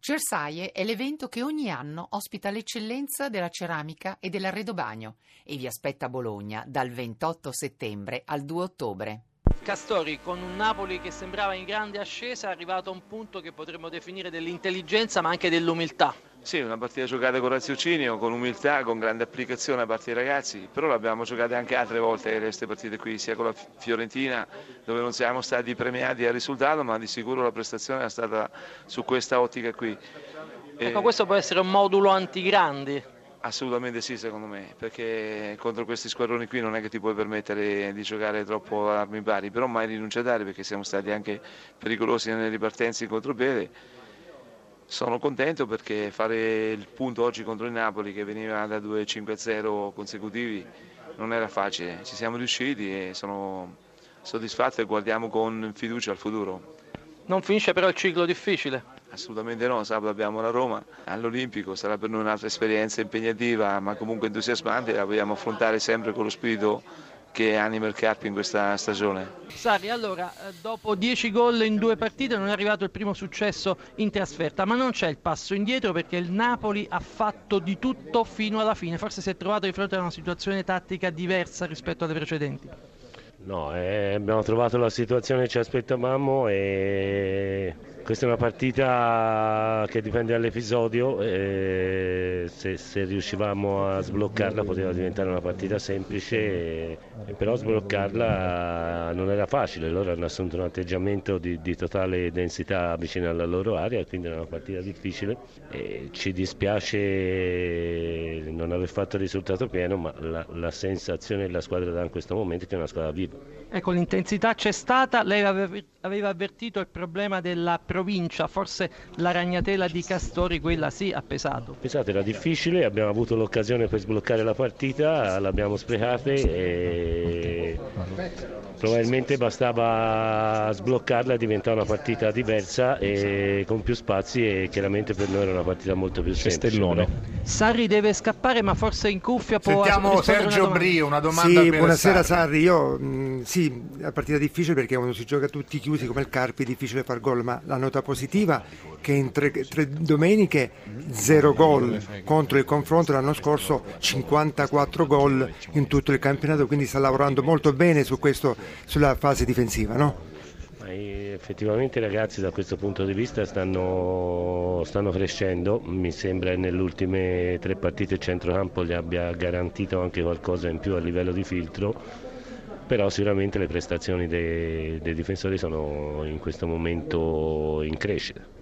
Cersaie è l'evento che ogni anno ospita l'eccellenza della ceramica e dell'arredobagno e vi aspetta a Bologna dal 28 settembre al 2 ottobre. Castori, con un Napoli che sembrava in grande ascesa, è arrivato a un punto che potremmo definire dell'intelligenza ma anche dell'umiltà. Sì, una partita giocata con raziocinio, con umiltà, con grande applicazione da parte dei ragazzi, però l'abbiamo giocata anche altre volte queste partite qui, sia con la Fiorentina dove non siamo stati premiati al risultato, ma di sicuro la prestazione è stata su questa ottica qui. Ecco, questo può essere un modulo antigrandi. Assolutamente sì, secondo me, perché contro questi squadroni qui non è che ti puoi permettere di giocare troppo a armi pari, però mai rinunciare perché siamo stati anche pericolosi nelle ripartenze in contropiede. Sono contento perché fare il punto oggi contro il Napoli, che veniva da 2-5-0 consecutivi, non era facile. Ci siamo riusciti e sono soddisfatto e guardiamo con fiducia al futuro. Non finisce però il ciclo difficile? Assolutamente no, sabato abbiamo la Roma all'Olimpico, sarà per noi un'altra esperienza impegnativa ma comunque entusiasmante, la vogliamo affrontare sempre con lo spirito che anima il Carpi in questa stagione. Sarri, allora, dopo 10 gol in 2 partite non è arrivato il primo successo in trasferta, ma non c'è il passo indietro perché il Napoli ha fatto di tutto fino alla fine, forse si è trovato di fronte a una situazione tattica diversa rispetto alle precedenti. No, abbiamo trovato la situazione che ci aspettavamo e questa è una partita che dipende dall'episodio, se riuscivamo a sbloccarla poteva diventare una partita semplice, però sbloccarla non era facile, loro hanno assunto un atteggiamento di totale densità vicino alla loro area, quindi era una partita difficile e ci dispiace non aver fatto il risultato pieno, ma la sensazione della squadra da in questo momento è che è una squadra viva. Ecco, l'intensità c'è stata, lei aveva avvertito il problema della provincia, forse la ragnatela di Castori, quella sì, ha pesato. Pensate, era difficile, abbiamo avuto l'occasione per sbloccare la partita, l'abbiamo sprecata e probabilmente bastava sbloccarla e diventare una partita diversa e con più spazi e chiaramente per noi era una partita molto più semplice. Però. Sarri deve scappare ma forse in cuffia può Sentiamo Sergio Brio, una domanda sì, per buonasera Sarri, sì, la partita è difficile perché quando si gioca tutti chiusi come il Carpi è difficile far gol, ma la nota positiva è che in tre domeniche 0 gol contro il confronto l'anno scorso 54 gol in tutto il campionato, quindi sta lavorando molto bene su questo, sulla fase difensiva, no? Effettivamente i ragazzi da questo punto di vista stanno crescendo, mi sembra che nelle ultime 3 partite il centrocampo gli abbia garantito anche qualcosa in più a livello di filtro, però sicuramente le prestazioni dei difensori sono in questo momento in crescita.